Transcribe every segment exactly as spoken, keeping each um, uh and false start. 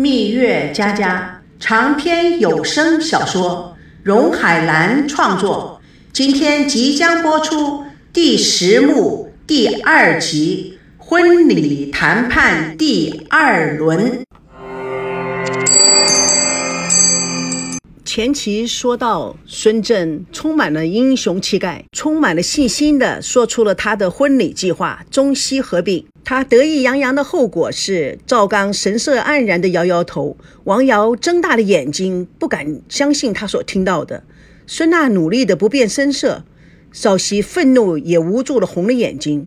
蜜月佳佳长篇有声小说，荣海兰创作，今天即将播出第十幕第二集，婚礼谈判第二轮。前期说到，孙振充满了英雄气概，充满了信心地说出了他的婚礼计划，中西合并。他得意洋洋的后果是，赵刚神色黯然地摇摇头，王瑶睁大了眼睛，不敢相信他所听到的。孙娜努力地不变声色，少熙愤怒也无助地红了眼睛。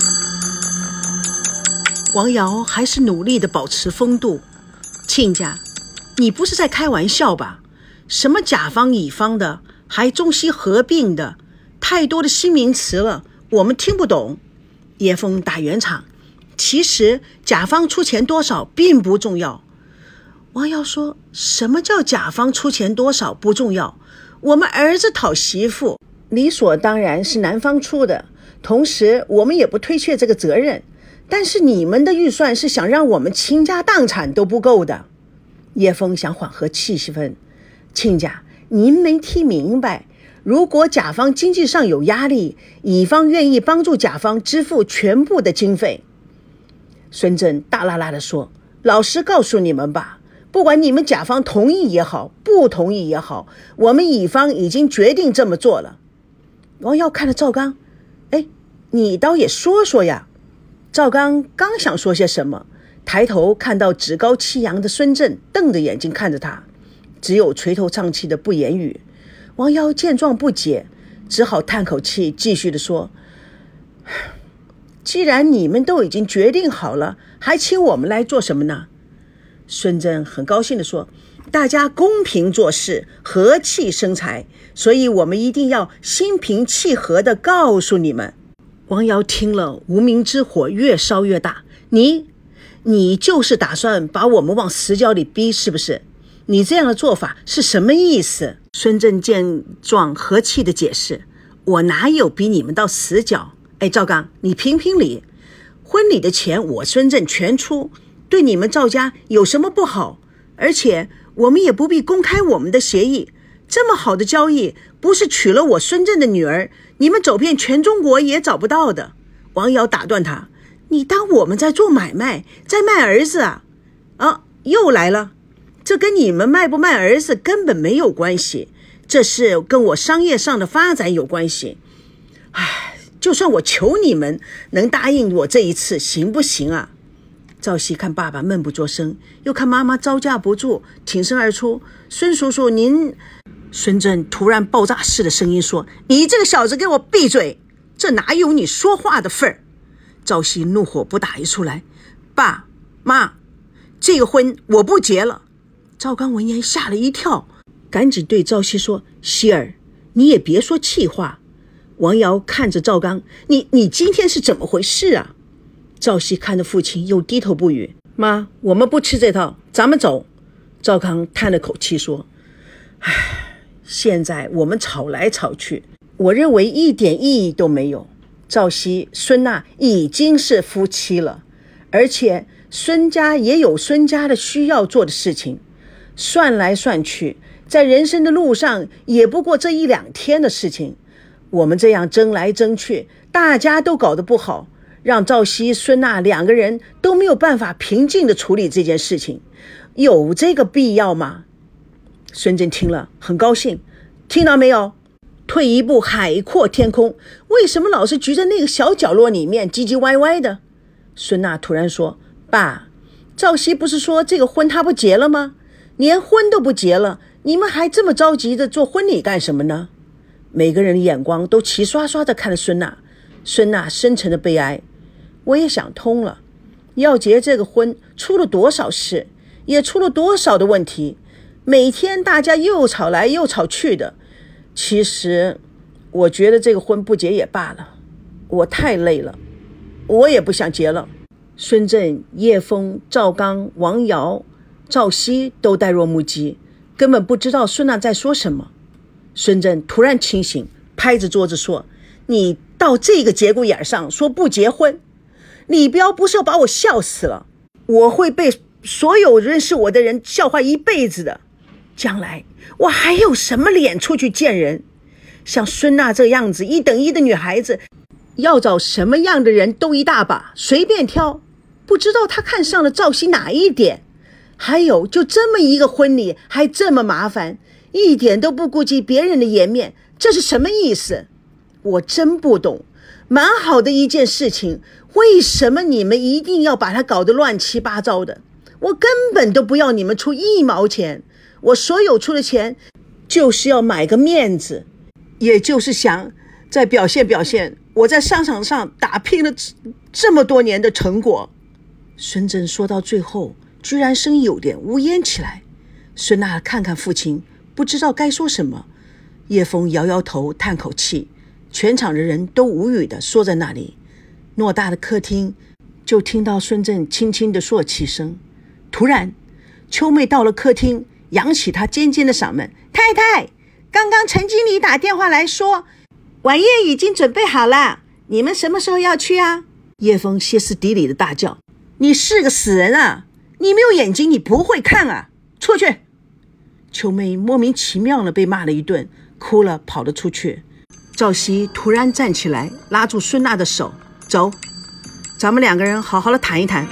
王瑶还是努力地保持风度。亲家，你不是在开玩笑吧？什么甲方乙方的，还中西合并的，太多的新名词了，我们听不懂。叶枫打圆场，其实甲方出钱多少并不重要。王瑶说，什么叫甲方出钱多少不重要？我们儿子讨媳妇，理所当然是男方出的，同时我们也不推卸这个责任，但是你们的预算是想让我们倾家荡产都不够的。叶枫想缓和气氛，亲家，您没听明白，如果甲方经济上有压力，乙方愿意帮助甲方支付全部的经费。孙振大啦啦地说，老实告诉你们吧，不管你们甲方同意也好，不同意也好，我们乙方已经决定这么做了。王瑶看了赵刚，哎，你倒也说说呀。赵刚刚想说些什么，抬头看到趾高气扬的孙振瞪着眼睛看着他，只有垂头丧气的不言语。王瑶见状不解，只好叹口气，继续的说，既然你们都已经决定好了，还请我们来做什么呢？孙振很高兴的说，大家公平做事，和气生财，所以我们一定要心平气和的告诉你们。王瑶听了，无名之火越烧越大，你你就是打算把我们往死角里逼是不是？你这样的做法是什么意思？孙振见状和气的解释，我哪有逼你们到死角？哎，赵刚，你评评理，婚礼的钱我孙振全出，对你们赵家有什么不好？而且我们也不必公开我们的协议，这么好的交易，不是娶了我孙振的女儿，你们走遍全中国也找不到的。王瑶打断他，你当我们在做买卖，在卖儿子啊？啊，又来了，这跟你们卖不卖儿子根本没有关系，这是跟我商业上的发展有关系。唉，就算我求你们能答应我这一次，行不行啊？赵熙看爸爸闷不作声，又看妈妈招架不住，挺身而出，孙叔叔您……孙振突然爆炸式的声音说，你这个小子给我闭嘴，这哪有你说话的份儿？赵熙怒火不打一处来，爸妈，这个婚我不结了。赵刚闻言吓了一跳，赶紧对赵熙说，熙儿，你也别说气话。王瑶看着赵刚，你你今天是怎么回事啊？赵熙看着父亲又低头不语，妈，我们不吃这套，咱们走。赵刚叹了口气说，唉，现在我们吵来吵去，我认为一点意义都没有。赵熙、孙娜已经是夫妻了，而且孙家也有孙家的需要做的事情，算来算去，在人生的路上也不过这一两天的事情，我们这样争来争去，大家都搞得不好，让赵熙、孙娜两个人都没有办法平静地处理这件事情，有这个必要吗？孙振听了很高兴，听到没有？退一步海阔天空，为什么老是局在那个小角落里面唧唧歪歪的？孙娜突然说，爸，赵熙不是说这个婚他不结了吗？连婚都不结了，你们还这么着急的做婚礼干什么呢？每个人的眼光都齐刷刷的看了孙娜。孙娜深沉的悲哀，我也想通了，要结这个婚出了多少事，也出了多少的问题，每天大家又吵来又吵去的，其实我觉得这个婚不结也罢了，我太累了，我也不想结了。孙振、叶枫、赵刚、王瑶、赵熙都呆若木鸡，根本不知道孙娜在说什么。孙振突然清醒，拍着桌子说，你到这个节骨眼上说不结婚，李彪不是要把我笑死了？我会被所有认识我的人笑话一辈子的。将来我还有什么脸出去见人？像孙娜这样子一等一的女孩子，要找什么样的人都一大把，随便挑。不知道她看上了赵熙哪一点？还有，就这么一个婚礼还这么麻烦，一点都不顾及别人的颜面，这是什么意思？我真不懂。蛮好的一件事情，为什么你们一定要把它搞得乱七八糟的？我根本都不要你们出一毛钱，我所有出的钱就是要买个面子，也就是想再表现表现我在商场上打拼了这么多年的成果。孙正说到最后居然声音有点呜咽起来。孙娜看看父亲，不知道该说什么。叶枫摇摇头叹口气，全场的人都无语地缩在那里。偌大的客厅就听到孙正轻轻的啜泣声。突然秋妹到了客厅，扬起她尖尖的嗓门，太太，刚刚陈经理打电话来说晚宴已经准备好了，你们什么时候要去啊？叶枫歇斯底里的大叫，你是个死人啊，你没有眼睛你不会看啊，出去！秋妹莫名其妙的被骂了一顿，哭了跑了出去。赵熙突然站起来拉住孙娜的手，走，咱们两个人好好的谈一谈。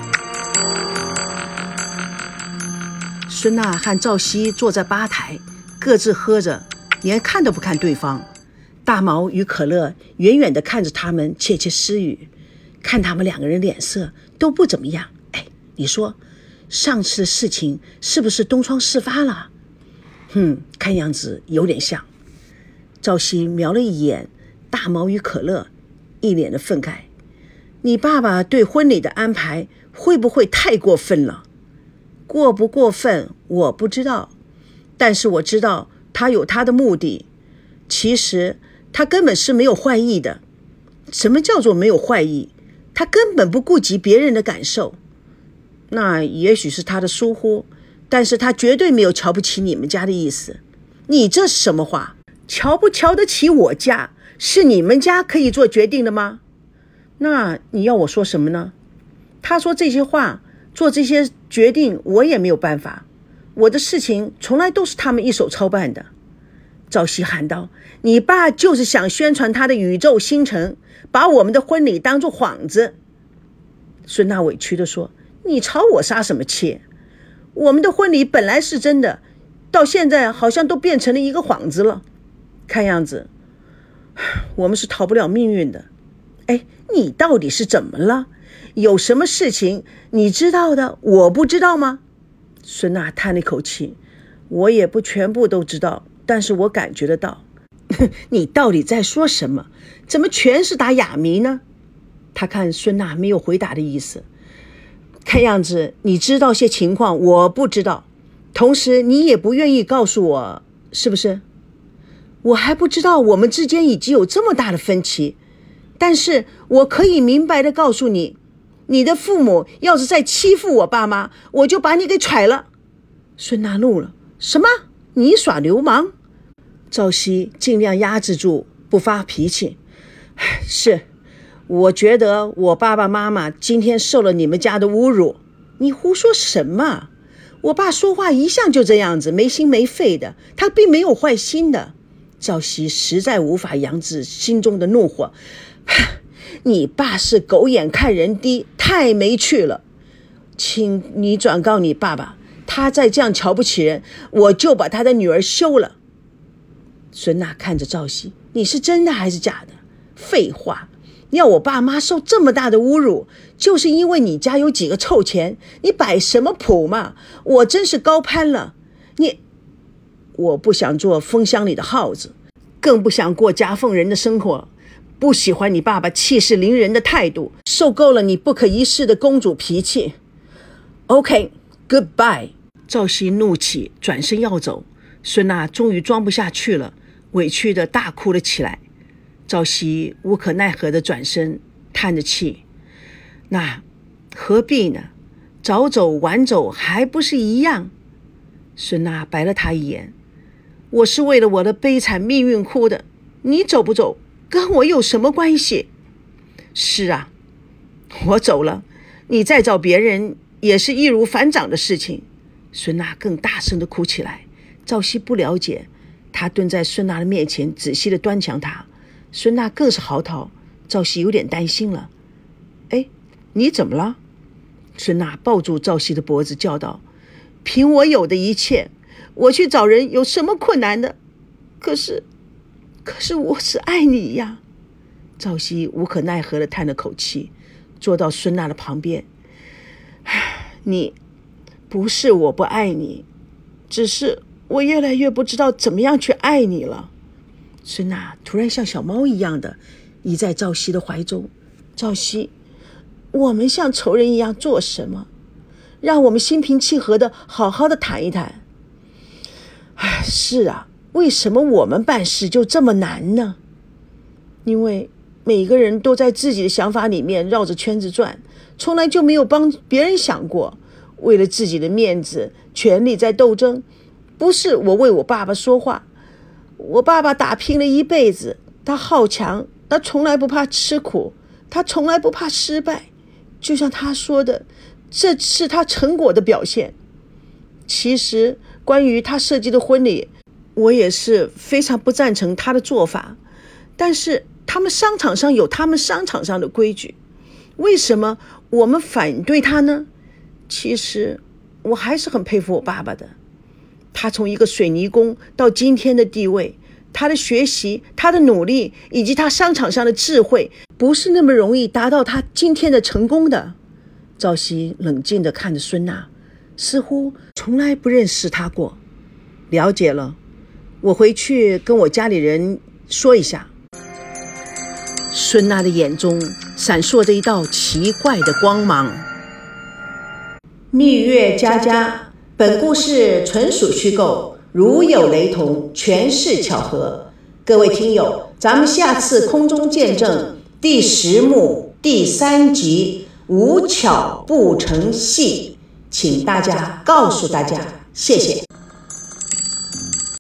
孙娜和赵熙坐在吧台，各自喝着，连看都不看对方。大毛与可乐远远地看着他们，窃窃私语，看他们两个人脸色都不怎么样。哎，你说上次的事情是不是东窗事发了？哼，看样子有点像。赵熙瞄了一眼大毛与可乐，一脸的愤慨。你爸爸对婚礼的安排会不会太过分了？过不过分我不知道，但是我知道他有他的目的。其实他根本是没有坏意的。什么叫做没有坏意？他根本不顾及别人的感受。那也许是他的疏忽，但是他绝对没有瞧不起你们家的意思。你这是什么话？瞧不瞧得起我家是你们家可以做决定的吗？那你要我说什么呢？他说这些话，做这些决定，我也没有办法。我的事情从来都是他们一手操办的。赵熙喊道，你爸就是想宣传他的宇宙星辰，把我们的婚礼当作幌子。孙娜委屈地说，你朝我撒什么气？我们的婚礼本来是真的，到现在好像都变成了一个幌子了。看样子我们是逃不了命运的。哎，你到底是怎么了？有什么事情你知道的我不知道吗？孙娜叹了一口气，我也不全部都知道，但是我感觉得到。你到底在说什么？怎么全是打哑谜呢？他看孙娜没有回答的意思，看样子你知道些情况我不知道，同时你也不愿意告诉我，是不是？我还不知道我们之间已经有这么大的分歧，但是我可以明白的告诉你，你的父母要是再欺负我爸妈，我就把你给踹了。孙娜怒了，什么？你耍流氓？赵熙尽量压制住不发脾气，是，我觉得我爸爸妈妈今天受了你们家的侮辱。你胡说什么？我爸说话一向就这样子，没心没肺的，他并没有坏心的。赵熙实在无法压制心中的怒火，你爸是狗眼看人低，太没趣了。请你转告你爸爸，他再这样瞧不起人，我就把他的女儿休了。孙娜看着赵熙，你是真的还是假的？废话，要我爸妈受这么大的侮辱，就是因为你家有几个臭钱，你摆什么谱嘛？我真是高攀了。你，我不想做风箱里的耗子，更不想过夹缝人的生活。不喜欢你爸爸气势凌人的态度，受够了你不可一世的公主脾气。OK, goodbye。 赵熙怒气转身要走，孙娜终于装不下去了，委屈的大哭了起来。赵熙无可奈何的转身叹着气，那何必呢？早走晚走还不是一样？孙娜白了他一眼，我是为了我的悲惨命运哭的，你走不走跟我有什么关系？是啊，我走了，你再找别人也是易如反掌的事情。孙娜更大声地哭起来。赵熙不了解，他蹲在孙娜的面前，仔细地端详她。孙娜更是嚎啕。赵熙有点担心了。哎，你怎么了？孙娜抱住赵熙的脖子叫道：凭我有的一切，我去找人有什么困难的？可是可是我是爱你呀。赵熙无可奈何地叹了口气，坐到孙娜的旁边。你不是我不爱你，只是我越来越不知道怎么样去爱你了。孙娜突然像小猫一样的依在赵熙的怀中。赵熙，我们像仇人一样做什么？让我们心平气和的好好的谈一谈。唉，是啊，为什么我们办事就这么难呢？因为每个人都在自己的想法里面绕着圈子转，从来就没有帮别人想过。为了自己的面子，权力在斗争。不是我为我爸爸说话，我爸爸打拼了一辈子，他好强，他从来不怕吃苦，他从来不怕失败。就像他说的，这是他成果的表现。其实关于他设计的婚礼，我也是非常不赞成他的做法，但是他们商场上有他们商场上的规矩，为什么我们反对他呢？其实我还是很佩服我爸爸的，他从一个水泥工到今天的地位，他的学习，他的努力，以及他商场上的智慧，不是那么容易达到他今天的成功的。赵熙冷静地看着孙娜，似乎从来不认识他过。了解了，我回去跟我家里人说一下。孙娜的眼中闪烁着一道奇怪的光芒。蜜月佳佳，本故事纯属虚构，如有雷同，全是巧合。各位听友，咱们下次空中见证第十幕第三集无巧不成戏，请大家告诉大家，谢谢。